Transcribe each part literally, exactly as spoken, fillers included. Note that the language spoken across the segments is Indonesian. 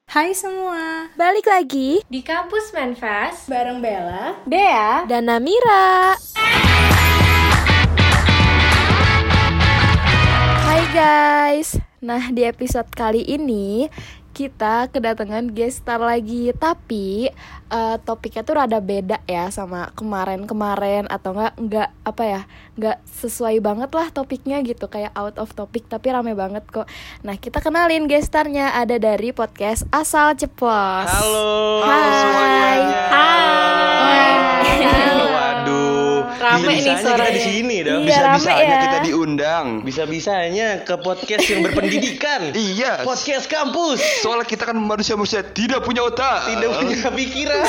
Hai semua, balik lagi di Kampus Manfast bareng Bella, Dea, dan Namira. Hai guys, nah di episode kali ini kita kedatangan guest star lagi. Tapi uh, topiknya tuh rada beda ya sama kemarin-kemarin. Atau enggak, enggak apa ya, enggak sesuai banget lah topiknya gitu. Kayak out of topic, tapi rame banget kok. Nah kita kenalin guest starnya, ada dari podcast Asal Ceplos. Halo Hai. semuanya. Hai. Waduh, rame nih bisa-bisanya suaranya. kita di sini dong. Iya, Bisa-bisanya rame ya. kita diundang. Bisa-bisanya ke podcast yang berpendidikan. Iya. Podcast kampus. Soalnya kita kan manusia-manusia tidak punya otak. Tidak punya pikiran.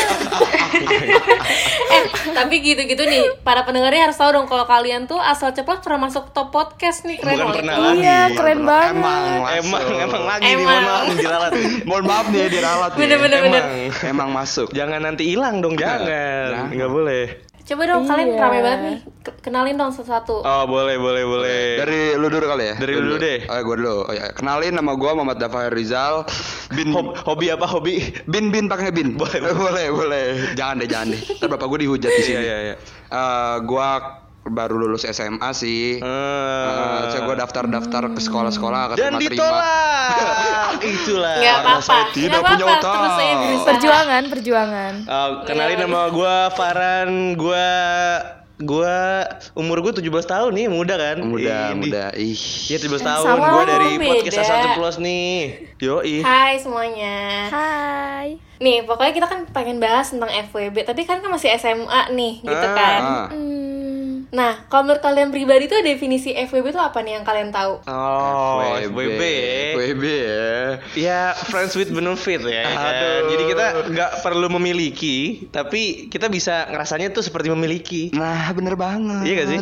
Eh, tapi gitu-gitu nih, para pendengarnya harus tahu dong kalau kalian tuh Asal Ceplos pernah masuk top podcast nih, keren Bukan banget. pernah lagi. Iya, keren banget. Emang Emang masuk. emang lagi nih, Emang. mohon maaf diralat. Mohon maaf nih ya diralat nih. Bener-bener. Emang. Emang masuk. Jangan nanti hilang dong, jangan. Jangan. Nggak boleh. Coba dong, kalian Iya. rame banget nih, K- kenalin dong satu-satu. Oh, boleh, boleh, boleh. Dari lu dulu kali ya? Dari lu dulu deh. Oh ya gue dulu. Oh, ya. Kenalin nama gue Muhammad Dafar Rizal. Bin Hob- hobi apa hobi? Bin bin pakai bin. Boleh, boleh, boleh. Jangan deh, jangan deh. Ntar bapak gue dihujat di sini. Iya, iya, iya. Eh, gue baru lulus S M A sih. Ah. Uh, gue daftar-daftar ke sekolah-sekolah Dan keterima-terima. ditolak. Itulah. Nggak karena apa-apa, saya tidak nggak punya apa-apa, otak. terus saya berusaha. Perjuangan, perjuangan. Uh, kenalin nama gue Farhan, gue gue umur gue tujuh belas tahun nih, muda kan? Muda, Ini. muda. Ih. Iya tujuh belas Eh, tahun, sama gue dari beda. podcast Asal Ceplos nih. Yoi. Hai semuanya. Hai. Nih, pokoknya kita kan pengen bahas tentang F W B, tapi kan kan masih S M A nih, gitu Ah, kan. Ah. Hmm, Nah, kalau menurut kalian pribadi tuh definisi F W B tuh apa nih yang kalian tahu? Oh, F W B. F W B ya. Ya, friends with benefit ya. kan? Aduh. Jadi kita nggak perlu memiliki, tapi kita bisa ngerasanya tuh seperti memiliki. Nah, bener banget. Iya gak sih?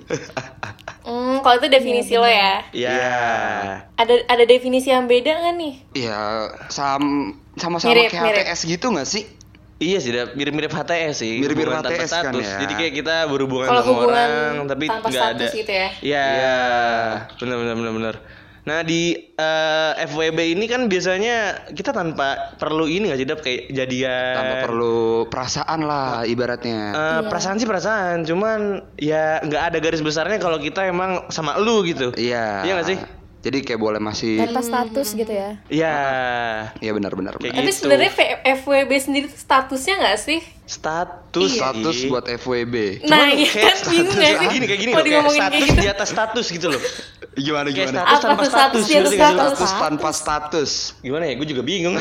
Hmm, kalau itu definisi lo ya. Iya. Ada ada definisi yang beda nggak nih? Iya, sam sama-sama Mirip, kayak mirip. H T S gitu gak sih? Iya sih, Dap. mirip-mirip H T S sih. Mirip-mirip Hubungan tanpa H T S kan status. ya. Jadi kayak kita berhubungan Kalau sama hubungan orang, tapi tanpa nggak ada. status gitu ya? Iya, Iya. benar benar benar benar. Nah di eh, F W B ini kan biasanya kita tanpa perlu ini nggak sih, Dap? Kayak jadian. Tanpa perlu perasaan lah ibaratnya. Eh, Iya. Perasaan sih perasaan, cuman ya nggak ada garis besarnya kalau kita emang sama lu gitu. Iya. Iya nggak sih? Jadi kayak boleh masih. tanpa status gitu ya. Iya. Iya benar-benar. Kayak Tapi gitu. sebenarnya V- F W B sendiri tuh statusnya nggak sih? Status. Status sih. buat F W B. Nah, Cuman iya kayak kan bingung status- nggak sih? kayak gini kayak gini Mau loh, kayak diomongin kayak status gitu. di atas status gitu loh. Gimana Kayak gimana? status Apa tanpa tuh status status, di atas ngerti nggak sih? status? Status tanpa status. Gimana ya? Gue juga bingung.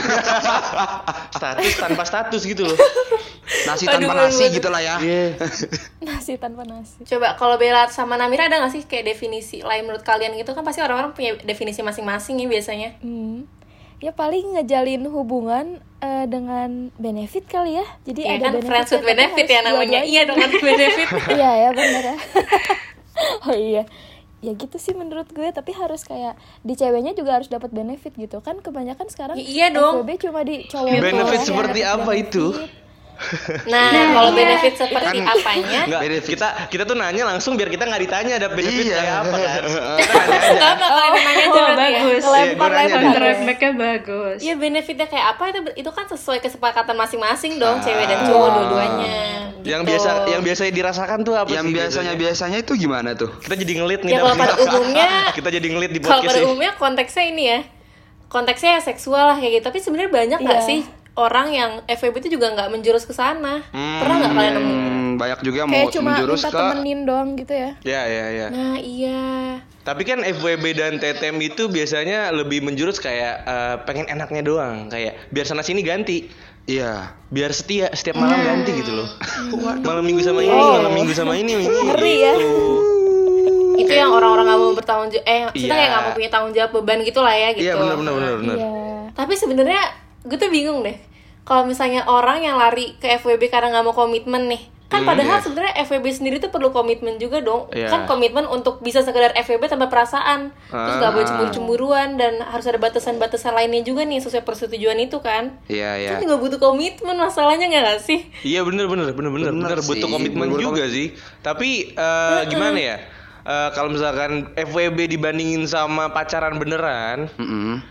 Status tanpa status gitu loh. Nasi Aduh, tanpa aduh, nasi aduh. gitu lah ya. Iya. Nasi tanpa nasi. Coba kalau Bella sama Namira ada nggak sih kayak definisi lain menurut kalian gitu kan pasti orang-orang punya definisi masing-masing ya biasanya. Hmm. Ya paling ngejalin hubungan eh, dengan benefit kali ya. Jadi Iya ada kan benefit friends with benefit ya namanya. Iya dong ada benefit. Iya ya bener ya. Oh iya. Ya gitu sih menurut gue, tapi harus kayak di ceweknya juga harus dapat benefit gitu kan. Kebanyakan sekarang I- iya dong. F W B cuma di cowok. Benefit doang yang seperti dapet apa benefit. itu? Nah, kalau benefit seperti Kan- apanya? Enggak, Benefit. kita kita tuh nanya langsung biar kita nggak ditanya ada benefit Iya. kayak apa kan. Kita nanya aja. Enggak bakal nanya aja Oh, berarti ya. bagus. Iya, Lempar gue nanya lempar. deh. Feedbacknya bagus. Iya benefitnya kayak apa itu itu kan sesuai kesepakatan masing-masing dong cewek dan cowok dua-duanya. Yang Gitu. biasa yang biasanya dirasakan tuh apa Yang sih? biasanya biasanya itu gimana tuh? Kita jadi ngelit nih. Ya Dap. kalau pada umumnya Kita jadi ngelit di kalau podcast pada ini. umumnya konteksnya ini ya konteksnya ya seksual lah kayak gitu tapi sebenarnya banyak nggak Iya. sih orang yang F W B itu juga nggak menjurus ke sana pernah nggak kalian nemu? Hmm, banyak juga yang Kayak mau cuma menjurus minta ke temenin doang gitu ya. Ya ya ya. Nah iya Tapi kan F W B dan T T M itu biasanya lebih menjurus kayak eh, pengen enaknya doang, kayak biar sana sini ganti, Iya. biar setia setiap malam ganti gitu loh. Malam minggu sama ini, Oh. malam minggu sama ini, ini. Ngeri ya. itu yang orang-orang nggak mau bertanggung jawab eh kita Iya. kayak nggak mau punya tanggung jawab beban gitu lah ya gitu. Iya benar benar benar benar. Iya. Tapi sebenarnya gue tuh bingung deh kalau misalnya orang yang lari ke F W B karena nggak mau komitmen nih kan Hmm, padahal iya. sebenarnya F W B sendiri tuh perlu komitmen juga dong Iya. kan komitmen untuk bisa sekedar F W B tanpa perasaan terus nggak boleh Ah. cemburu-cemburuan dan harus ada batasan-batasan lainnya juga nih sesuai persetujuan itu kan Iya, iya. kan juga butuh komitmen masalahnya nggak nggak sih Iya benar benar benar benar Bener benar butuh sih, komitmen bener juga sih. Tapi eh, gimana ya? Eh, kalau misalkan F W B dibandingin sama pacaran beneran, Mm-mm.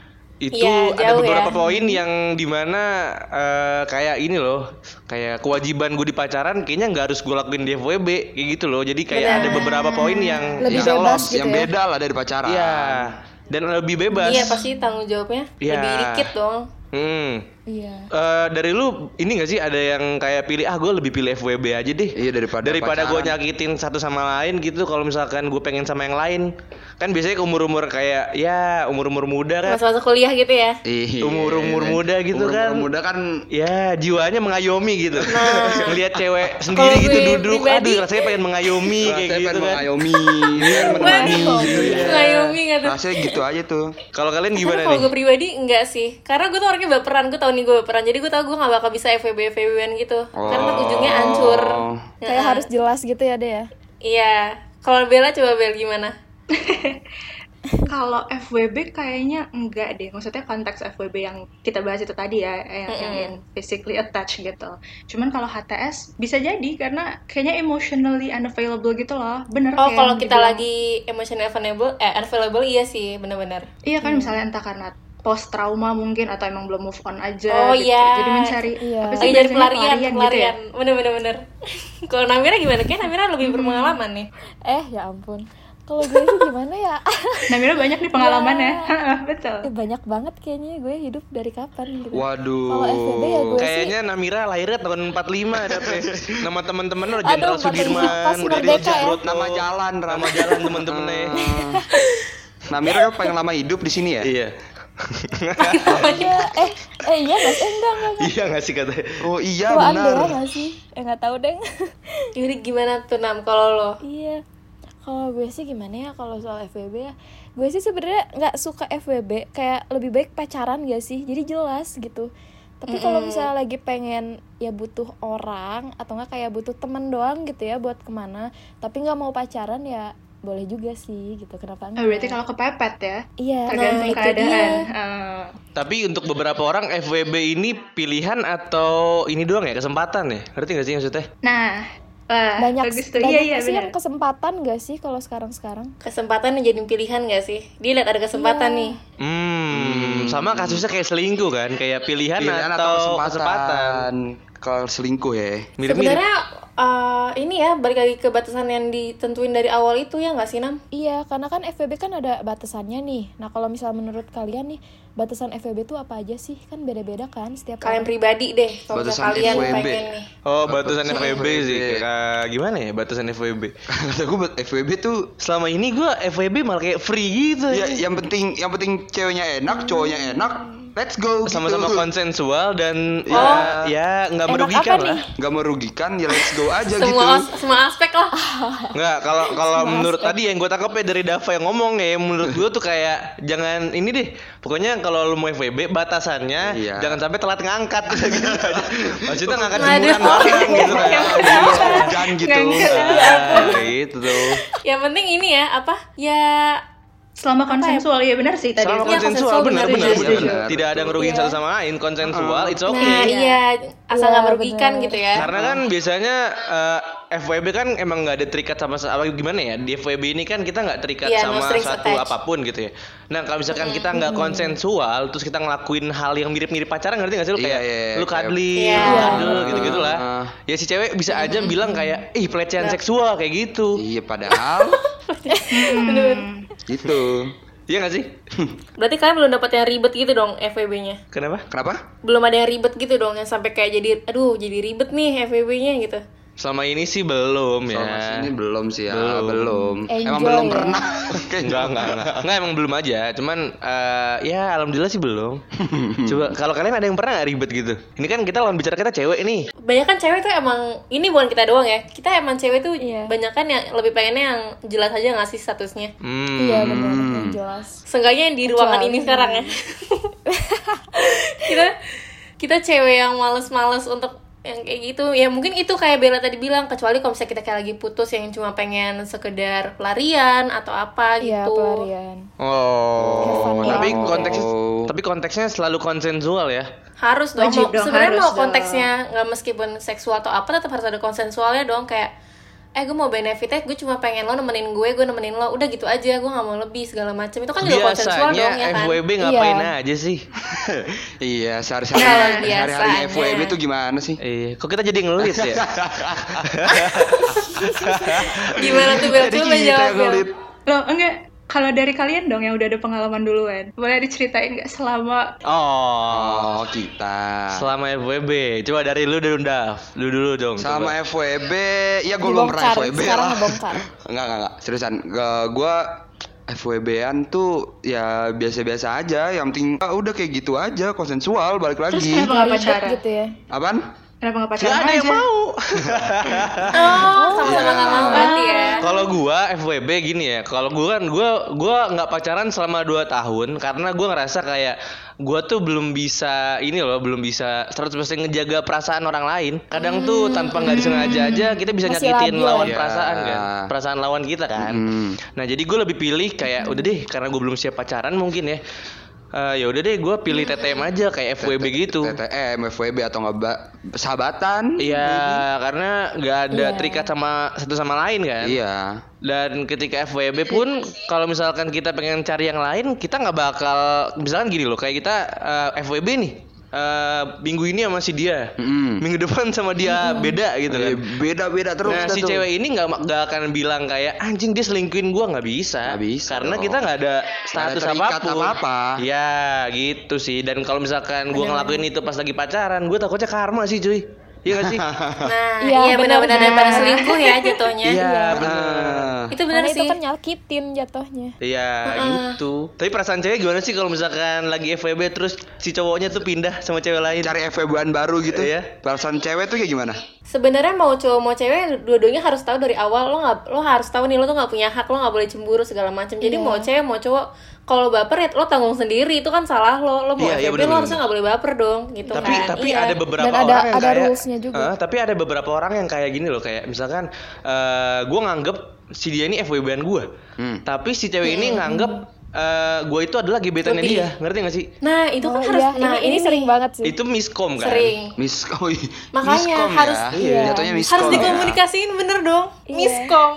itu Iya, ada jauh beberapa ya. poin yang dimana eh, kayak ini loh, kayak kewajiban gue di pacaran kayaknya nggak harus gue lakuin di F W B kayak gitu loh. Jadi kayak Benar. ada beberapa poin yang Lebih bisa bebas lost. gitu yang ya. beda lah dari pacaran. Iya, dan lebih bebas. Iya pasti tanggung jawabnya Iya. lebih dikit dong. Hmm. Iya. Eh, dari lu ini gak sih ada yang kayak pilih ah gue lebih pilih F W B aja deh Iya, daripada daripada gue pacaran. nyakitin satu sama lain gitu. Kalau misalkan gue pengen sama yang lain kan biasanya ke umur-umur kayak ya umur-umur muda kan, Masa-masa kuliah gitu ya. Iya. umur-umur muda gitu Umur-umur kan, muda kan ya jiwanya mengayomi gitu. Ngelihat cewek Kalau sendiri gitu gue duduk, pribadi- aduh rasanya pengen mengayomi kayak rasanya gitu pengen kan. mengayomi, pengen menemani gitu ya. Ngayomi nggak tuh? Rasanya gitu aja tuh. Kalau kalian Karena gimana kalau nih? gue pribadi enggak sih. Karena gue tuh orangnya baperan, gue tau nih gue baperan. Jadi gue tau gue gak bakal bisa F W B F W B-an gitu. Karena Oh. ujungnya hancur. Kayak harus jelas gitu ya deh ya. Iya. Kalau Bella coba Bel gimana? Kalau F W B kayaknya enggak deh. Maksudnya konteks F W B yang kita bahas itu tadi ya, yang, yang, yang physically attached gitu. Cuman kalau H T S bisa jadi karena kayaknya emotionally unavailable gitu loh. Bener Oh kayak kalau yang kita dibilang. lagi emotional available, eh unavailable iya sih benar-benar. Iya kan misalnya entah karena post trauma mungkin atau emang belum move on aja Oh, gitu. iya. Jadi mencari Iya. apa sih Lagi dari biasanya pelarian, gitu ya. pelarian. Bener-bener bener. Kalau Namira gimana? Kayak Namira lebih berpengalaman nih. Eh ya ampun. Kalau gue sih gimana ya? Nah, Mira banyak nih pengalamannya. Ya. Betul. Eh, banyak banget kayaknya gue hidup dari kapan gitu. Waduh. Kalau F W B ya gue sih Kayaknya Namira lahirnya tahun empat puluh lima ada apa? Nama teman-teman lo Aduh, Jenderal empat puluh lima, Sudirman, pas udah merdeka di ya. Broto. Nama jalan, nama jalan teman-temannya. Namira kan paling lama hidup di sini ya? Iya. Iya, eh eh iya nggak sih? Eh, enggak enggak enggak. Iya nggak sih katanya? Oh iya Tuaan benar. Bella nggak sih? Eh nggak tahu deh. Jadi gimana tuh Nam kalau lo? Iya. Kalau gue sih gimana ya kalau soal F W B ya? Gue sih sebenarnya nggak suka F W B, kayak lebih baik pacaran gak sih? Jadi jelas gitu. Tapi kalau misalnya lagi pengen ya butuh orang atau nggak kayak butuh teman doang gitu ya buat kemana, tapi nggak mau pacaran ya boleh juga sih gitu. Kenapa Oh, enggak? berarti kalau kepepet ya. Iya, Tergantung nah, itu keadaan. dia. Eh, Tapi untuk beberapa orang F W B ini pilihan atau ini doang ya kesempatan ya? Ngerti nggak sih maksudnya? Nah, wah, Banyak bagus tuh. banyak Iya, iya, sih benar. yang kesempatan gak sih kalau sekarang-sekarang? Kesempatan yang jadi pilihan gak sih? Dia lihat ada kesempatan Iya. nih. Hmm, sama kasusnya kayak selingkuh kan, kayak pilihan, Pilihan atau, atau kesempatan. kesempatan. Kalau selingkuh ya. Mirip-mirip. Sebenarnya eh, ini ya balik lagi ke batasan yang ditentuin dari awal itu ya nggak sih Nam? Iya, karena kan F W B kan ada batasannya nih. Nah, kalau misalnya menurut kalian nih, batasan F W B itu apa aja sih? Kan beda-beda kan setiap Kalian orang. pribadi deh kalau Batasan misalnya kalian F W B. pengen nih. Oh, batasan F W B F W B. sih. Kayak gimana ya batasan F W B? Kata gue buat F W B tuh Selama ini gua F W B malah kayak free gitu. ya yang penting yang penting ceweknya enak, cowoknya enak, let's go. Sama-sama gitu. konsensual dan Oh. ya ya nggak Enak merugikan apa lah. nih? Nggak merugikan ya let's go aja Semua gitu. as- semua aspek lah. Nggak, kalau kalau menurut tadi yang gue tangkap ya dari Dava yang ngomong ya, menurut gue tuh kayak jangan ini deh. Pokoknya kalau lu mau F W B batasannya Iya. jangan sampai telat ngangkat gitu aja. Maksudnya ngangkat Aduh. jemuran bareng gitu kan. Hujan gitu. Ah, gitu tuh. Yang penting ini ya apa? Ya Selama konsensual ya benar sih tadi. Selama Iya, konsensual konsensual benar benar, benar iya, benar. benar. Tidak ada ngerugiin satu sama lain, konsensual it's nah okay. iya asal Iya, nggak merugikan bener. gitu ya. Karena kan biasanya eh, F W B kan emang nggak ada terikat sama apa gimana ya, di F W B ini kan kita nggak terikat Iya, no sama strings satu attached. apapun gitu ya. Nah kalau misalkan kita nggak konsensual terus kita ngelakuin hal yang mirip-mirip pacaran, ngerti nggak sih lu Iya, kayak iya, lu kayak- cuddling, Iya. lu cuddle gitu-gitu lah. Ah. Ya si cewek bisa aja bilang kayak ih pelecehan seksual kayak gitu. Iya padahal gitu. Iya nggak sih? Berarti kalian belum dapat yang ribet gitu dong F W B-nya. Kenapa? Kenapa? Belum ada yang ribet gitu dong yang sampai kayak jadi aduh jadi ribet nih F W B-nya gitu. Selama ini sih belum ya. Sama sini belum sih ya, Belum. belum. Enjoy Emang belum ya. pernah. Enggak, enggak, enggak. Enggak, emang belum aja. Cuman eh, ya alhamdulillah sih belum. Coba kalau kalian ada yang pernah nggak ribet gitu? Ini kan kita lawan bicara kita cewek nih. Banyak kan cewek tuh emang ini bukan kita doang ya. Kita emang cewek tuh Iya. banyak kan yang lebih pengennya yang jelas aja ngasih statusnya. Hmm. Iya, benar, yang jelas. Seenggaknya yang di ruangan Kecuali- ini sekarang ya. kita kita cewek yang males-males untuk yang kayak gitu. Ya mungkin itu kayak Bella tadi bilang, kecuali kalau misalnya kita kayak lagi putus yang cuma pengen sekedar pelarian atau apa Iya, gitu. pelarian. Oh, Have fun tapi doang. konteksnya Oh. tapi konteksnya selalu konsensual ya. Harus dong. Wajib Mau- dong, sebenarnya harus mau dong. konteksnya nggak meskipun seksual atau apa tetap harus ada konsensualnya dong, kayak eh gue mau benefitnya gue cuma pengen lo nemenin gue, gue nemenin lo, udah gitu aja, gue nggak mau lebih segala macam. Itu kan juga konsensual dong ya Biasanya kan. F W B ngapain Iya. aja sih? Iya, sehari-hari Nah, sehari-hari biasanya. F W B tuh gimana sih? Iya, kok kita jadi ngelit ya? Gimana tuh Bel? Jadi Coba kita jawab yang Bel. ngelit. Loh, enggak. Kalau dari kalian dong yang udah ada pengalaman duluan. Boleh diceritain nggak selama Oh, Oh, kita. selama F W B. Coba dari lu dulu, Daf. Lu dulu dong. Sama coba. F W B, ya gue belum pernah Dibongkar, F W B sekarang lah. ngebongkar. Enggak, enggak, enggak. Seriusan, gue F W B-an tuh ya biasa-biasa aja. Yang penting ah, udah kayak gitu aja, konsensual, balik terus lagi. kenapa nggak Ribet pacaran? gitu ya. Apaan? Kenapa nggak Gak pacaran ada aja? yang mau. Oh, sama-sama nggak mau berarti ya. Kalau gua F W B gini ya. Kalau gua kan gua gua nggak pacaran selama dua tahun karena gua ngerasa kayak gua tuh belum bisa ini loh, belum bisa seratus persen ngejaga perasaan orang lain. Kadang tuh tanpa nggak disengaja aja kita bisa Masih nyakitin labil lawan ya. perasaan kan. Ya. Perasaan lawan kita kan. Hmm. Nah, jadi gua lebih pilih kayak udah deh karena gua belum siap pacaran mungkin ya. Eh, ya udah deh gue pilih T T M aja kayak F W B gitu. T T M, F W B atau nggak ba- sahabatan? Iya, karena nggak ada Iya. terikat sama satu sama lain kan. Iya. Dan ketika F W B pun kalau misalkan kita pengen cari yang lain, kita nggak bakal misalkan gini loh, kayak kita eh, F W B nih. eh, minggu ini sama si dia. Mm. Minggu depan sama dia beda gitu kan. Eh, Beda-beda terus. Nah, dah si tuh. cewek ini nggak nggak akan bilang kayak anjing dia selingkuhin gua, nggak bisa. Nggak bisa Karena dong. kita nggak ada status terikat apapun. apa-apa. Ya, gitu sih. Dan kalau misalkan gua ngelakuin itu pas lagi pacaran, gua takutnya karma sih, cuy. Iya nggak sih? Nah, Iya, iya benar-benar benar. daripada selingkuh ya jatuhnya. Iya, benar. Ah. Itu benar Karena sih. itu kan nyakitin jatuhnya. Iya, gitu. Tapi perasaan cewek gimana sih kalau misalkan lagi F W B terus si cowoknya tuh pindah sama cewek lain? Cari F W B-an baru gitu. Iya. Perasaan cewek tuh kayak gimana? Sebenarnya mau cowok mau cewek dua-duanya harus tahu dari awal, lo nggak lo harus tahu nih lo tuh nggak punya hak, lo nggak boleh cemburu segala macam. Jadi Iya. mau cewek mau cowok kalau baper ya lo tanggung sendiri, itu kan salah lo. Lo mau Iya, iya, F W B bener, lo bener. harusnya nggak boleh baper dong gitu tapi kan. tapi Iya. ada beberapa Dan ada- orang yang ada kayak rules-nya juga. Eh, tapi ada beberapa orang yang kayak gini loh, kayak misalkan eh gue nganggep si dia ini F W B-an gue, Hmm. tapi si cewek ini nganggep eh gue itu adalah gebetannya Lebih. dia, ngerti gak sih? Nah itu Oh, kan harus. iya, Nah ini, ini sering banget sih. Itu miskom kan? sering. Miss, oh, iya. Makanya miskom harus- ya. iya. Jatuhnya miskom Harus ya. dikomunikasiin bener dong. Iya. Miskom.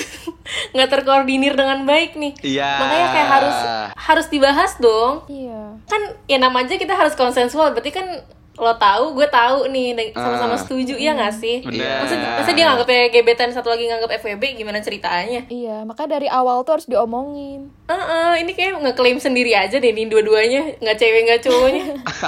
Nggak terkoordinir dengan baik nih. Iya. Makanya kayak harus harus dibahas dong. Iya. Kan ya namanya kita harus konsensual, berarti kan lo tahu gue tahu nih dan sama-sama Ah. setuju ya nggak sih? Bener. Masa, masa dia nganggapnya gebetan, satu lagi nganggap F W B, gimana ceritanya? Iya, makanya dari awal tuh harus diomongin. Heeh, ini kayak ngeklaim sendiri aja deh nih dua-duanya, nggak cewek nggak cowoknya.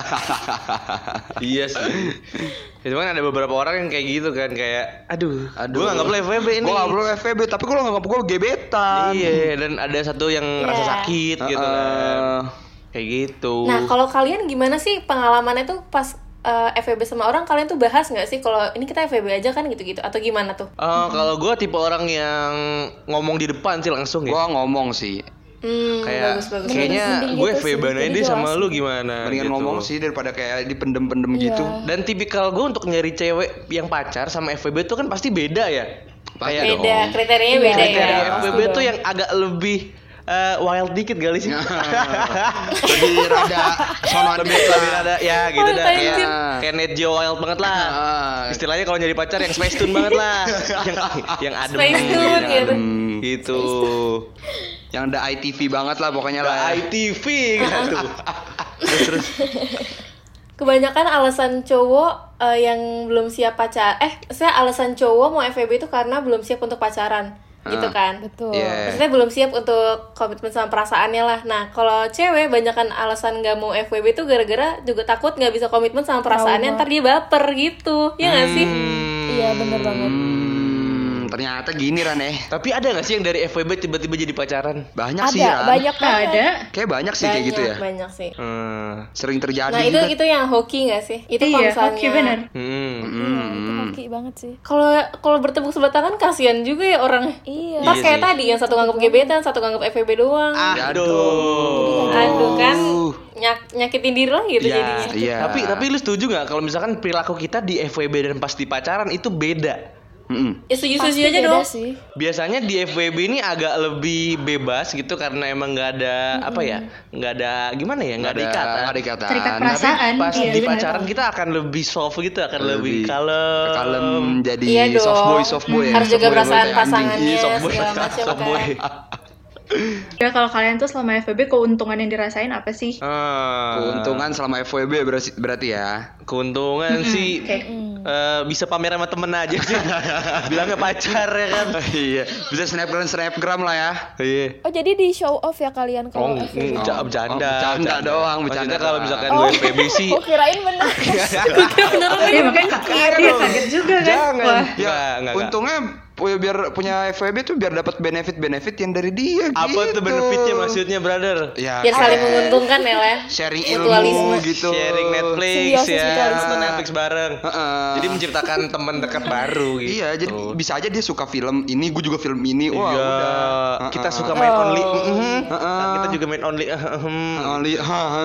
Iya sih. Itu kan ada beberapa orang yang kayak gitu kan, kayak aduh, Aduh. gue nganggap lo F W B ini. Gue gak perlu F W B, tapi gue nganggap gue gebetan. Iya, dan ada satu yang Iya. rasa sakit gitu kan. Heeh. Kayak gitu. Nah kalau kalian gimana sih pengalamannya tuh pas eh, F W B sama orang, kalian tuh bahas nggak sih kalau ini kita F W B aja kan gitu-gitu, atau gimana tuh? Eh, kalau gue tipe orang yang ngomong di depan sih langsung Gue ya. ngomong sih. Hmm, Kayak bagus bagus. kayaknya Mending gue gitu F W B sih, aja jadi deh sama jelasin. lu gimana. Mendingan gitu. ngomong sih daripada kayak dipendem-pendem Iya. gitu. Dan tipikal gue untuk nyari cewek yang pacar sama F W B tuh kan pasti beda ya. Pasti Kayak Beda, dong. kriterianya Iya, beda ya. kriteria F W B pasti tuh dong. yang agak lebih eh, wild dikit kali sih. Lebih rada sonoan lebih dikit lebih lah. ada ya gitu Oh, dah anjir. kayak kayak Net Geo wild banget lah. Ah. Istilahnya kalau nyari pacar yang Space Tune banget lah. yang yang adem. Space Tune yang gitu. adem. Gitu. Yang ada I T V banget lah pokoknya Lah lah. I T V gitu. Terus terus Kebanyakan alasan cowok eh, yang belum siap pacar, eh, saya alasan cowok mau F W B itu karena belum siap untuk pacaran, gitu Ah. kan? Betul. Iya. Maksudnya belum siap untuk komitmen sama perasaannya lah. Nah, kalau cewek banyakan alasan nggak mau F W B itu gara-gara juga takut nggak bisa komitmen sama perasaannya, Trauma. ntar dia baper gitu, ya nggak sih? Iya, bener banget. Hmm, ternyata gini Ran eh. tapi ada nggak sih yang dari F W B tiba-tiba jadi pacaran? Banyak Ada, sih Ran. banyak banget. Ada. Kayak banyak sih kayak gitu ya. Banyak sih. Hmm. Sering terjadi Nah, itu juga. itu yang hoki nggak sih? Itu kalau Iya, misalnya oke bener. Hmm. Iya, itu hoki banget sih. Kalau kalau bertepuk sebelah tangan kasihan juga ya orangnya. Iya. Pas Iya kayak sih. tadi yang satu nganggap gebetan, satu nganggap F W B doang. Aduh. Aduh kan nyak nyakitin diri lah gitu Ya, jadinya. Iya. Tapi tapi lu setuju nggak kalau misalkan perilaku kita di F W B dan pas di pacaran itu beda? Mm-mm. Ya setuju-setuju Pasti aja beda dong. sih. Biasanya di F W B ini agak lebih bebas gitu karena emang nggak ada apa ya, nggak ada gimana ya, nggak ada ikatan. nggak ada ikatan. Terikat Tapi perasaan. Pas Iya, di benar. pacaran kita akan lebih soft gitu, akan lebih, lebih kalem. kalem jadi Iya dong. soft boy soft boy ya. Harus Soft jaga boy perasaan kayak anjing. pasangannya Iya, soft boy. segala macam Soft boy. kan. Ya kalau kalian tuh selama F W B keuntungan yang dirasain apa sih? Ah, Keuntungan selama F W B berarti, berarti ya. keuntungan sih Oke. eh, bisa pamer sama temen aja sih. Bilangnya pacar ya kan. Iya, bisa snapgram snapgram lah ya. Iya. Oh jadi di show off ya kalian Oh, kalau F W B? mm, Oh, bercanda, oh, bercanda doang, bercanda Maksudnya kalau doang. misalkan Oh. gue F W B sih, Oh kirain bener. Iya makanya iya dia kaget juga kan. jangan. Wah. Enggak, enggak, enggak. Untungnya pu- biar punya F W B tuh biar dapat benefit-benefit yang dari dia gitu. Apa tuh benefitnya maksudnya, brother? Ya, Biar saling kayak menguntungkan ya lah. sharing Mutualisme. ilmu gitu. Sharing Netflix Simbiosis ya, mutualisme. nonton Netflix bareng. Heeh. Jadi menciptakan teman dekat baru gitu. Iya, jadi bisa aja dia suka film ini, gue juga film ini. Wah, Iya, udah. kita Heeh. suka main Oh. only. mhm. Heeh. Nah, kita juga main only. mhm. Only, ha, ha.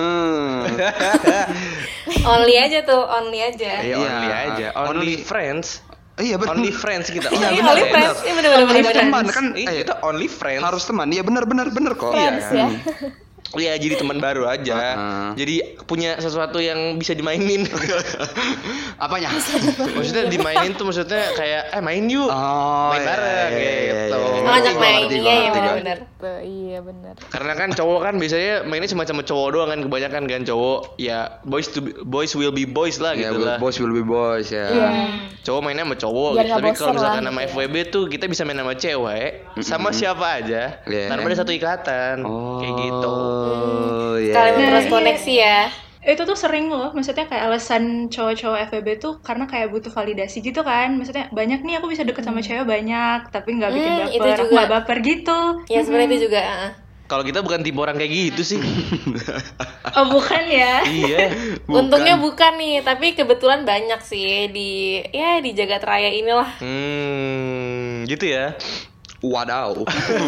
Only aja tuh, only aja. Iya, Iya. only aja. Only, Only- friends. Iya benar. Only friends kita. Iya, Iya, benar, only benar. friends. Iya benar-benar. Harus benar-benar. teman kan? Iya, Eh, kita only friends. harus teman. Iya benar benar benar kok. Friends ya. Iya, jadi teman baru aja. Heeh. Jadi punya sesuatu yang bisa dimainin. Apanya? Maksudnya dimainin tuh maksudnya kayak eh main yuk. Oh, main iya, bareng iya, iya, gitu. iya, iya. Ngajak Ngerti gua, main. ngerti gua, Iya, iya ngerti gua. benar-benar. Tuh, iya bener. Karena kan cowok kan biasanya mainnya cuma sama cowok doang kan, kebanyakan kan cowok ya boys to be- boys will be boys lah Ya, gitu lah. boys will be boys ya. Iya. Cowok mainnya sama cowok Biar gitu. nggak Tapi kalau bosen misalkan lah, sama gitu F W B tuh kita bisa main sama cewek, sama siapa aja, Iya. tanpa ada satu ikatan. Kayak gitu. Oh, iya. Kalian Nah, terus iya. koneksi ya. Itu tuh sering loh, maksudnya kayak alasan cowok-cowok F W B tuh karena kayak butuh validasi gitu kan. Maksudnya banyak nih aku bisa deket sama cewek banyak, tapi nggak bikin Hmm, itu baper, juga. nggak baper gitu. Ya sebenarnya itu juga. ah. Kalau kita bukan tipe orang kayak gitu sih. Oh bukan ya? Iya. Untungnya bukan nih, tapi kebetulan banyak sih di ya di Jagat Raya inilah. Hmm, gitu ya. Wadaw.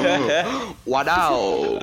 Wadaw.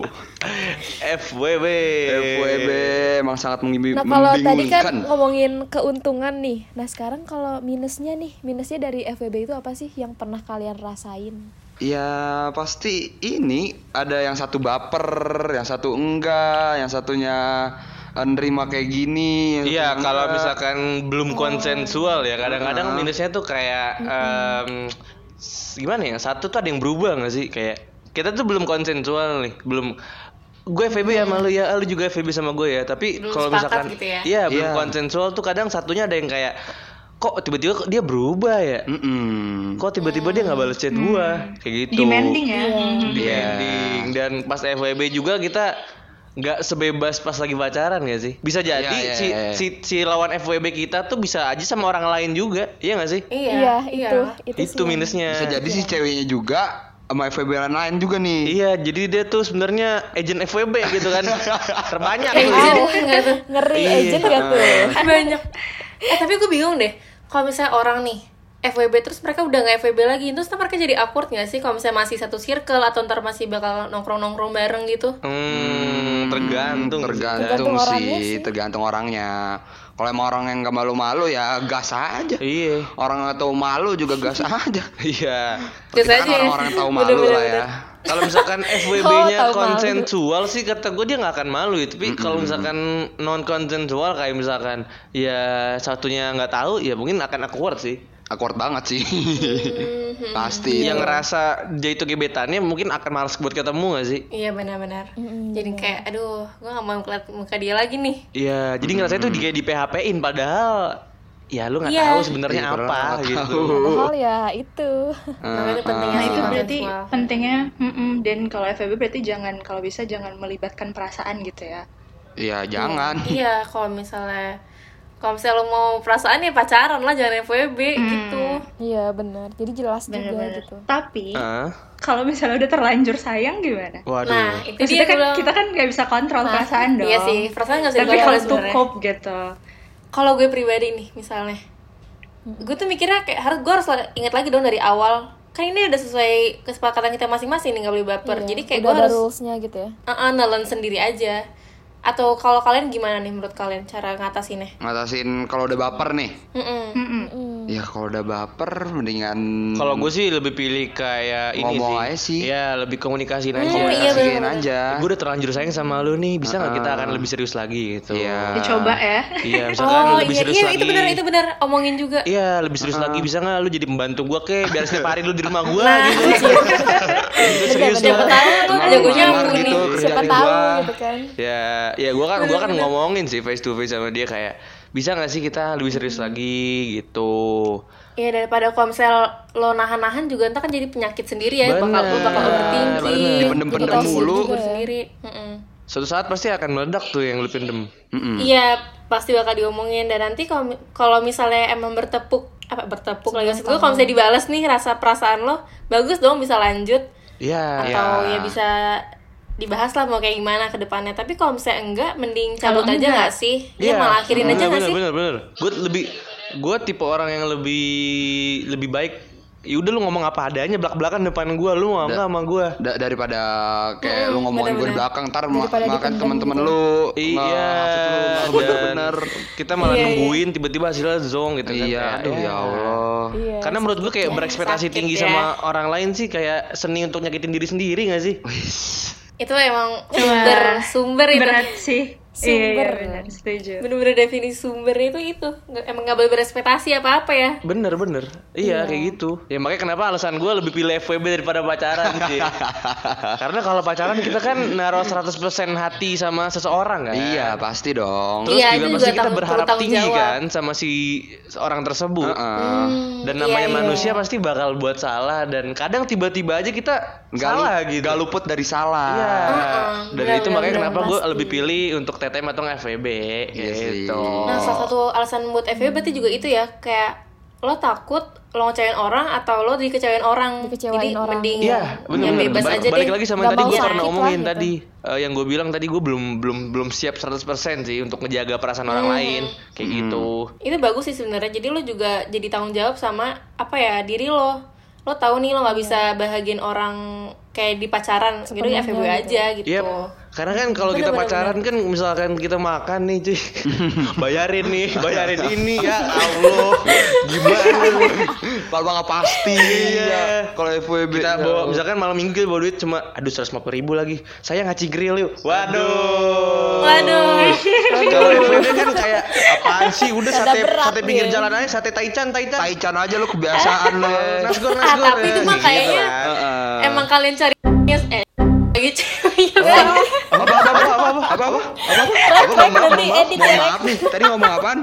F W B. F W B emang sangat mengimbi- Nah kalau tadi kan membingungkan. ngomongin keuntungan nih. Nah sekarang kalau minusnya nih, minusnya dari F W B itu apa sih yang pernah kalian rasain? Ya pasti ini ada yang satu baper, yang satu enggak, yang satunya eh, nerima kayak gini. yang Iya, satu kalau enggak. misalkan belum konsensual ya, kadang-kadang Ah. minusnya tuh kayak em, s- gimana ya? Satu tuh ada yang berubah nggak sih? Kayak kita tuh belum konsensual nih, belum gue F W B sama lu ya, lu juga F W B sama gue ya. Tapi Belum kalau sepakat misalkan gitu ya? iya belum Iya. konsensual tuh kadang satunya ada yang kayak kok tiba-tiba kok dia berubah ya? Mm-mm. Kok tiba-tiba dia nggak balas chat gua? Kayak gitu. Demanding ya? Hmm. Demanding. Dan pas F W B juga kita nggak sebebas pas lagi pacaran gak sih? Bisa jadi Iya, iya, si, iya. si si lawan F W B kita tuh bisa aja sama orang lain juga, iya gak sih? Iya, Iya, itu itu, Itu sih yang- minusnya. Bisa jadi sih ceweknya juga sama F W B lain juga nih. Iya, jadi dia tuh sebenarnya agent F W B gitu kan. Terbanyak tuh. Agent nggak tuh? Ngeri Iya. agent gak tuh? Banyak. Eh tapi gue bingung deh. Kalau misalnya orang nih F W B terus mereka udah nggak F W B lagi, terus ntar mereka jadi awkward nggak sih? Kalau misalnya masih satu circle atau ntar masih bakal nongkrong-nongkrong bareng gitu? Hmm, tergantung. Tergantung Tergantung orangnya sih, sih. tergantung orangnya. Kalau emang orang yang gak malu-malu ya gas aja. Iya. Orang gak tahu malu juga gas aja. Iya. Gas Kita kan aja ya. orang-orang yang tahu malu Bener-bener, lah ya. bener. Kalau misalkan F W Oh, B-nya tahu malu. konsensual sih kata gue dia nggak akan malu ya. Tapi kalau misalkan non konsensual kayak misalkan ya satunya nggak tahu ya mungkin akan awkward sih. Awkward banget sih. Pasti. Yang ngerasa dia itu gebetannya mungkin akan malas buat ketemu gak sih? Iya benar-benar. Jadi kayak aduh, gue gak mau ngeliat muka dia lagi nih. Iya, jadi ngerasa itu di, kayak di P H P-in padahal ya lu nggak Iya. tahu sebenarnya Iya, padahal apa nggak gitu. tahu. Padahal ya itu. Makanya itu pentingnya Nah sih itu berarti konsensual. pentingnya, mm-mm. Dan kalau F W B berarti jangan, kalau bisa jangan melibatkan perasaan gitu ya. Iya, jangan. Iya, kalau misalnya kalau misalnya lo mau perasaan ya pacaran lah, jangan F W B gitu. Iya benar. Jadi jelas juga Bener-bener. gitu. Tapi Ah, kalau misalnya udah terlanjur sayang gimana? waduh. Nah, itu Maksudnya dia kan gua bilang. kita kan nggak bisa kontrol Nah, perasaan dong. Iya sih, perasaan nggak bisa Tapi dikontrol kalau to sebenarnya. cope gitu. Kalau gue pribadi nih misalnya, gue tuh mikirnya kayak harus gue harus la- ingat lagi dong dari awal. Kan ini udah sesuai kesepakatan kita masing-masing nih, nggak boleh baper. Iya, Jadi kayak udah gue ada harus rulesnya gitu ya. uh nelen sendiri aja. Atau kalau kalian gimana nih menurut kalian cara ngatasinnya? Ngatasin kalau udah baper nih. Mm-mm. Mm-mm. Hmm. Ya kalau udah baper mendingan Kalau gue sih lebih pilih kayak ini ngomong sih. aja sih. Iya, lebih komunikasiin Hmm, aja. iya, Komunikasiin bener-bener. aja. Gue udah terlanjur sayang sama lu nih, bisa nggak kita Uh-uh. akan lebih serius lagi gitu. Iya. Dicoba ya. Iya, misalkan Oh lebih iya, serius iya lagi. itu benar itu benar omongin juga. Iya, lebih serius lagi bisa nggak lu jadi pembantu gua kek biar setiap hari lu di rumah gua Nah, gitu. Gitu, serius Siapa banget. tahu lu Teman jago lamar nyambung gitu, nih. kerja Siapa di tahu gua. gitu kan. Ya, ya gua kan gua kan ngomongin sih face to face sama dia kayak bisa nggak sih kita lebih serius lagi gitu. Iya daripada kalau misal lo nahan-nahan juga ntar kan jadi penyakit sendiri ya, bakal lo bakal Bener, overthinking, bener. Dipendem-pendem Jadi toxic mulu. juga sendiri. Mm-mm. Suatu saat pasti akan meledak tuh yang lu pendem. Mm-mm. Iya pasti bakal diomongin dan nanti kalau kalau misalnya emang bertepuk apa bertepuk lagi maksud gue kalau misalnya dibalas nih rasa perasaan lo bagus dong bisa lanjut Iya. atau ya. ya bisa dibahas lah mau kayak gimana ke depannya. Tapi kalau misalnya enggak mending cabut Kalau aja enggak. nggak sih? Iya malah akhirin aja nggak bener, sih? Bener bener. Gue lebih gue tipe orang yang lebih lebih baik. Ya udah lu ngomong apa adanya belak-belakan depan gue, lu mau apa sama gue? Da- daripada kayak Mm, lu ngomongin gue di bener-bener. belakang ntar ma- Daripada makan dipendam teman-teman gitu. lu Iya, nge-hafid lu nggak dan bener-bener. kita malah Iya, iya. nungguin tiba-tiba hasilnya zong gitu kan. Iya, Kayak, aduh ya Allah. Iya. Karena menurut gue kayak berekspektasi sakit tinggi ya. sama orang lain sih kayak seni untuk nyakitin diri sendiri gak sih? Itu emang sumber sumber itu. Berat sih. Iya, iya Sumber. benar, setuju. Bener-bener definisi sumbernya itu itu Nggak- emang nggak boleh berespektasi apa-apa ya. Bener bener, iya kayak gitu. Ya makanya kenapa alasan gue lebih pilih F W B daripada pacaran sih. Karena kalau pacaran kita kan naruh seratus persen hati sama seseorang kan. Iya pasti dong. Terus Iya, juga itu pasti juga kita tanggung- berharap tanggung tinggi jawab. kan sama si orang tersebut. Heeh. Dan Iya, namanya iya. manusia pasti bakal buat salah dan kadang tiba-tiba aja kita Nggak salah lu- gitu. nggak luput dari salah. Iya. Heeh, Dan benar, itu benar, makanya benar, kenapa gue pasti. lebih pilih untuk T T M atau F W B Iya sih. gitu. Nah, salah satu alasan buat F W B berarti juga itu ya, kayak lo takut lo ngecewain orang atau lo dikecewain orang. Dikecewain Jadi orang. mending Iya, yang benar-benar. bebas Ba- aja balik deh. lagi sama yang Nggak tadi mau gue sakit pernah lah omongin gitu. tadi. Eh, yang gue bilang tadi gue belum belum belum siap seratus persen sih untuk ngejaga perasaan orang lain kayak gitu. Itu bagus sih sebenarnya. Jadi lo juga jadi tanggung jawab sama apa ya diri lo. Lo tahu nih lo nggak bisa bahagiin orang kayak di pacaran. Jadi F W B aja gitu. Iya, karena kan kalau kita Bener, bener, pacaran kan misalkan kita makan nih cuy, bayarin nih, bayarin ini ya Allah, gimana nih? Kalau nggak pasti. Iya. Ya. Kalau F W B Kita bawa, misalkan malam minggu kita bawa duit cuma, aduh seratus lima puluh ribu lagi, saya ngaci grill yuk, waduh, Waduh. Kalau F W B kan kayak apaan sih, udah Rada sate berat sate pinggir dia. jalan aja, sate taichan taichan, Taichan aja lu kebiasaan lo. nasgor Ah, nasgor, tapi itu mah gitu kayaknya kan. Heeh. emang kalian cari eh lagi cewek. Apa apa apa apa apa apa apa apa apa mohon maaf nanti mohon maaf edit mohon ya, maaf nih tadi ngomong apaan?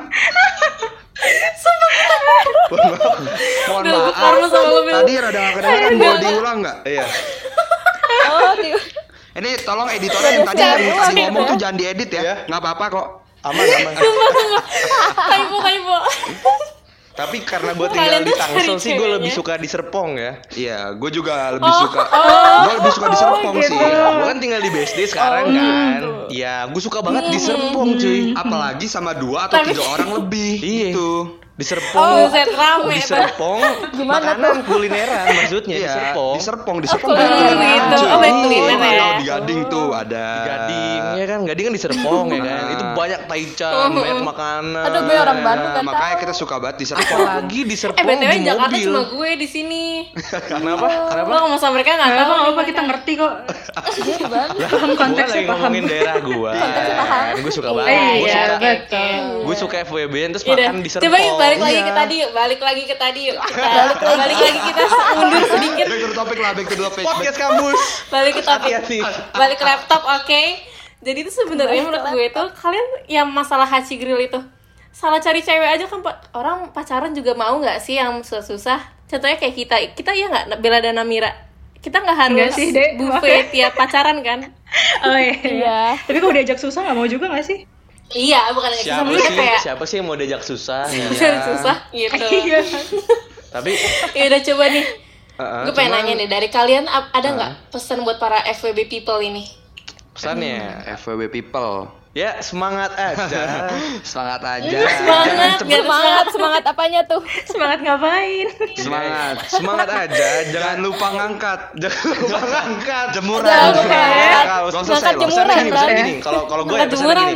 Mohon maaf mohon Udah, gue maaf karma sama lu, Bil. tadi rada nggak kedengeran boleh diulang nggak? Iya. Oh, di Ini tolong editornya yang tadi yang siap, tadi siap. ngomong tuh jangan diedit ya Iya. nggak apa-apa kok. Aman aman. Kaibo kaibo. Tapi karena gue Kalian tinggal di tuh Tangsel cari sih gue lebih ceweknya. suka di Serpong ya. Iya gue juga lebih suka gue lebih suka di Serpong sih. Gue kan tinggal di B S D sekarang kan. Iya, gue suka banget di Serpong cuy. Apalagi sama dua atau Tapi- tiga orang lebih Iya. gitu. Di Serpong. Buset rame. Di Serpong. Gimana makanan kulineran maksudnya di Iya, Serpong. di Serpong, di Serpong Oh, banyak kuliner kuliner, gitu. cuy. Oh, banyak kuliner ya. Kalau di Gading tuh ada. Di Gading ya kan, Gading kan di Serpong ya kan. Itu banyak taichan, banyak makanan. Aduh, gue orang Bandung Nah, kan makanya tahu. kita suka banget di Serpong. Apalagi di Serpong Eh B T W di Jakarta mobil. cuma gue di sini. Kenapa? Kenapa? Lo ngomong sama mereka nggak Nggak tahu. apa nih apa kita mereka. ngerti kok. Dia di Bandung. Paham Gue konteksnya lagi paham. ngomongin daerah gue. Gue suka banget. Gue Iya, suka, betul. gue suka F W B-an terus Yaudah, makan di Serpong. coba yuk balik lagi Iya. ke tadi yuk, balik lagi ke tadi yuk. Kita balik lagi kita mundur sedikit. Back to the topic lah, back to the topic. Podcast kampus. Balik ke topik. Hati-hati. Balik ke laptop, oke. Jadi itu sebenarnya menurut gue tuh kalian yang masalah hachi grill itu salah cari cewek aja kan Pak. Orang pacaran juga mau nggak sih yang susah-susah? Contohnya kayak kita, kita ya nggak Bella dan Namira. Kita nggak harus Nggak sih, Dek. buffet tiap pacaran kan? Oh iya. Iya. Tapi kalau diajak susah nggak mau juga nggak sih? Iya, bukan hanya susah, Siapa maksudnya sih? kayak Siapa sih yang mau diajak susah? susah gitu. Iya. Tapi Ya udah coba nih. uh, Gue pengen cuman nanya deh dari kalian ap- ada nggak pesan buat para F W B people ini? pesannya F W B people. ya semangat aja. Semangat aja. Semangat, Jangan biar Semangat, semangat apanya tuh? Semangat ngapain? Semangat. Semangat aja, Jangan jangan lupa ngangkat. jangan lupa ngangkat Jemuran. Jangan lupa ngangkat. Kalau Ngangkat selesai loh. jemuran, Misalnya gini, misalnya Bang. gini, kalau kalau gue ya Ngangkat pesannya jemuran gini. tuh.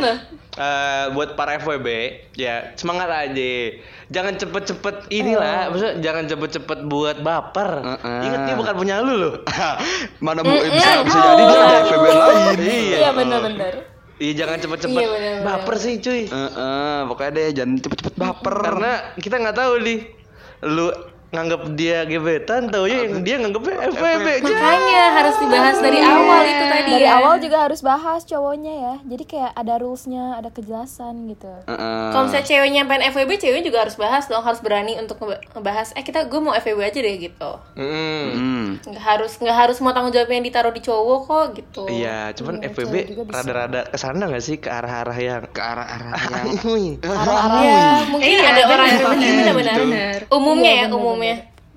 eh, buat para F W B ya semangat aja. Jangan cepet-cepet inilah, maksudnya jangan cepet-cepet buat baper. Uh-uh. Ingat dia bukan punya lu loh. Mana bu, bisa bisa jadi dia ada F W B lain. Iya. Iya benar-benar. Iya jangan cepet-cepet Iya, bener-bener. baper sih cuy. Heeh, pokoknya deh jangan cepet-cepet baper. Karena kita nggak tahu nih, lu nganggap dia gebetan, taunya yang dia nganggapnya F W B. Makanya harus dibahas dari awal itu tadi Dari ya. awal juga harus bahas cowoknya ya. Jadi kayak ada rulesnya, ada kejelasan gitu. Heeh. Kalau misalnya ceweknya pengen F W B, ceweknya juga harus bahas dong, harus berani untuk ngeba- ngebahas. Eh kita, gue mau F W B aja deh gitu. Hmm. Hmm. Nggak harus nggak harus mau tanggung jawabnya yang ditaruh di cowok kok gitu. Iya, cuman Iya, F W B cewek juga bisa. rada-rada kesana nggak sih ke arah-arah yang Ke arah-arah yang Arah-arah Ya, mungkin Iya, ada orang yang benar, benar benar, benar. benar. Umumnya Iya, ya, benar, umumnya.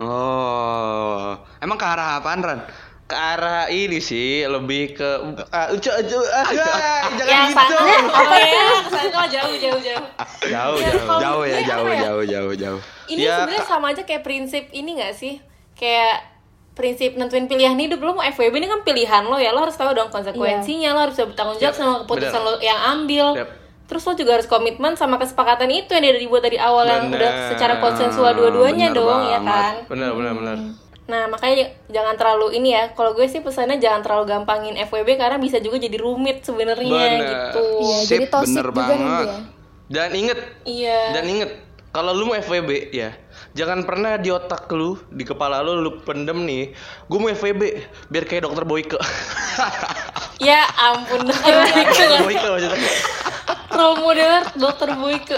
Oh, emang ke arah apaan Ran? ke arah ini sih lebih ke ah, ucu, ucu, ah, ah, jangan Ya, gitu. sana apa ya? Kesana jauh jauh jauh. Jauh, Ya, jauh. kalau Jauh ya, gue jauh, apa ya? jauh, jauh, jauh. Ini Ya, sebenarnya Kak. sama aja kayak prinsip ini nggak sih? Kayak prinsip nentuin pilihan hidup. Lo mau F W B ini kan pilihan lo ya, lo harus tahu dong konsekuensinya, lo harus bisa bertanggung jawab Yap, sama keputusan benar. lo yang ambil. Yap. Terus lo juga harus komitmen sama kesepakatan itu yang udah dibuat dari awal yang Benar. udah secara konsensual dua-duanya Benar dong, ya banget. kan? Benar, benar, benar. Nah makanya jangan terlalu ini ya. Kalau gue sih pesannya jangan terlalu gampangin F W B karena bisa juga jadi rumit sebenarnya Benar. gitu. Iya, Sip, jadi toxic bener juga nanti banget. ya. Dan inget, Iya. dan inget, kalau lu mau F W B ya, jangan pernah di otak lu, di kepala lu, lu pendem nih, gue mau F W B biar kayak dokter Boyke. Ya ampun dokter Boyke. Boyke maksudnya. Role model dokter Boyke.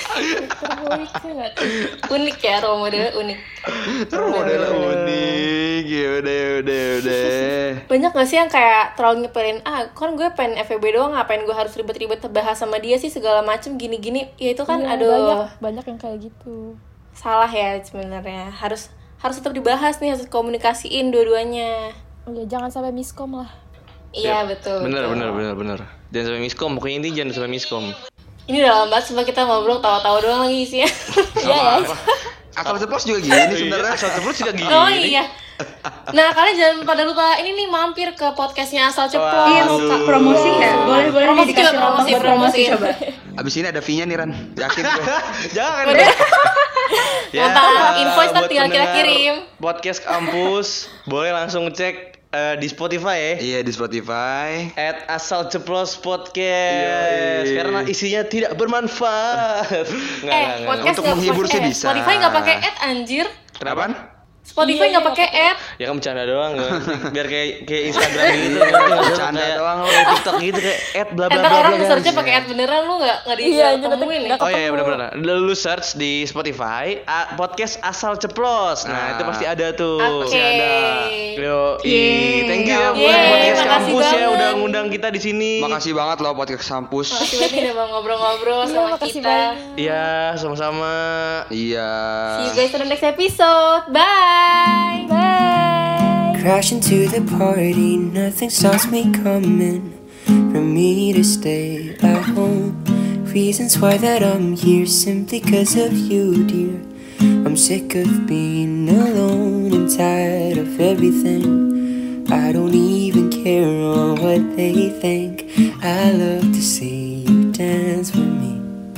Terboyke nggak tuh? Unik ya role model unik. Model unik, ya udah, udah, udah. Banyak gak sih yang kayak terlalu nyepelin, ah kan gue pengen F W B doang, ngapain gue harus ribet-ribet bahas sama dia sih segala macem gini-gini. Ya itu kan Iya, aduh banyak banyak yang kayak gitu. salah ya sebenarnya. Harus harus tetap dibahas nih, harus komunikasiin dua-duanya. Iya, jangan sampai miskom lah. Iya betul. Bener, betul. bener, bener, bener. Jangan sampai miskom, pokoknya intinya jangan sampai miskom. Ini udah lama banget sebab kita ngobrol tawa-tawa doang lagi isinya. Iya ya. Akal ceplos juga gini sebenarnya. Asal terus juga gini. Oh iya. Nah kalian jangan pada lupa ini nih mampir ke podcastnya Asal Ceplos. Iya, mau Kak, promosi nggak? Boleh, boleh Promosi nih dikasih coba, promosi, lowongan buat promosi. coba. Abis ini ada fee-nya nih Ran, yakin gue. Jangan Udah. deh. Gampang, eh, invoice ntar buat tinggal kita pendengar kirim. Podcast kampus, boleh langsung cek eh, di Spotify ya. Iya di Spotify. At Asal Ceplos Podcast. Yoi. Karena isinya tidak bermanfaat. Nggak, Eh, nggak, nggak. podcast Untuk nggak menghibur pakai- sih eh, bisa. Spotify nggak pakai ad anjir. Kenapa? Spotify Iya, nggak iya, pakai ad. Ya kan bercanda doang nggak? Biar kayak kayak Instagram gitu. Bercanda Kayak- doang lo. kayak TikTok gitu kayak ad bla bla Entar bla orang bla. searchnya pakai ad beneran lu nggak nggak di Iya, nggak anjir, ketemuin nih. nggak Oh iya, iya ketemu. benar-benar. Lu search di Spotify a- podcast Asal Ceplos. Nah, Nah. itu pasti ada tuh. Oke. Pasti ada. Yo, Yeay. thank you ya buat Yeay, podcast makasih kampus ya banget. udah ngundang kita di sini. Makasih banget loh podcast kampus. Makasih banget nih udah mau ngobrol-ngobrol Iya, sama makasih kita. banyak. Iya, sama-sama. Iya. See you guys on the next episode. Bye. Bye. Crash into the party, nothing stops me coming for me to stay at home. Reasons why that I'm here, simply cause of you, dear. I'm sick of being alone and tired of everything. I don't even care on what they think. I love to see you dance with me.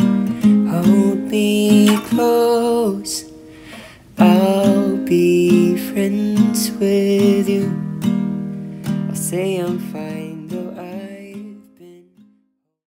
Hold me close, I'll be friends with you. I'll say I'm fine.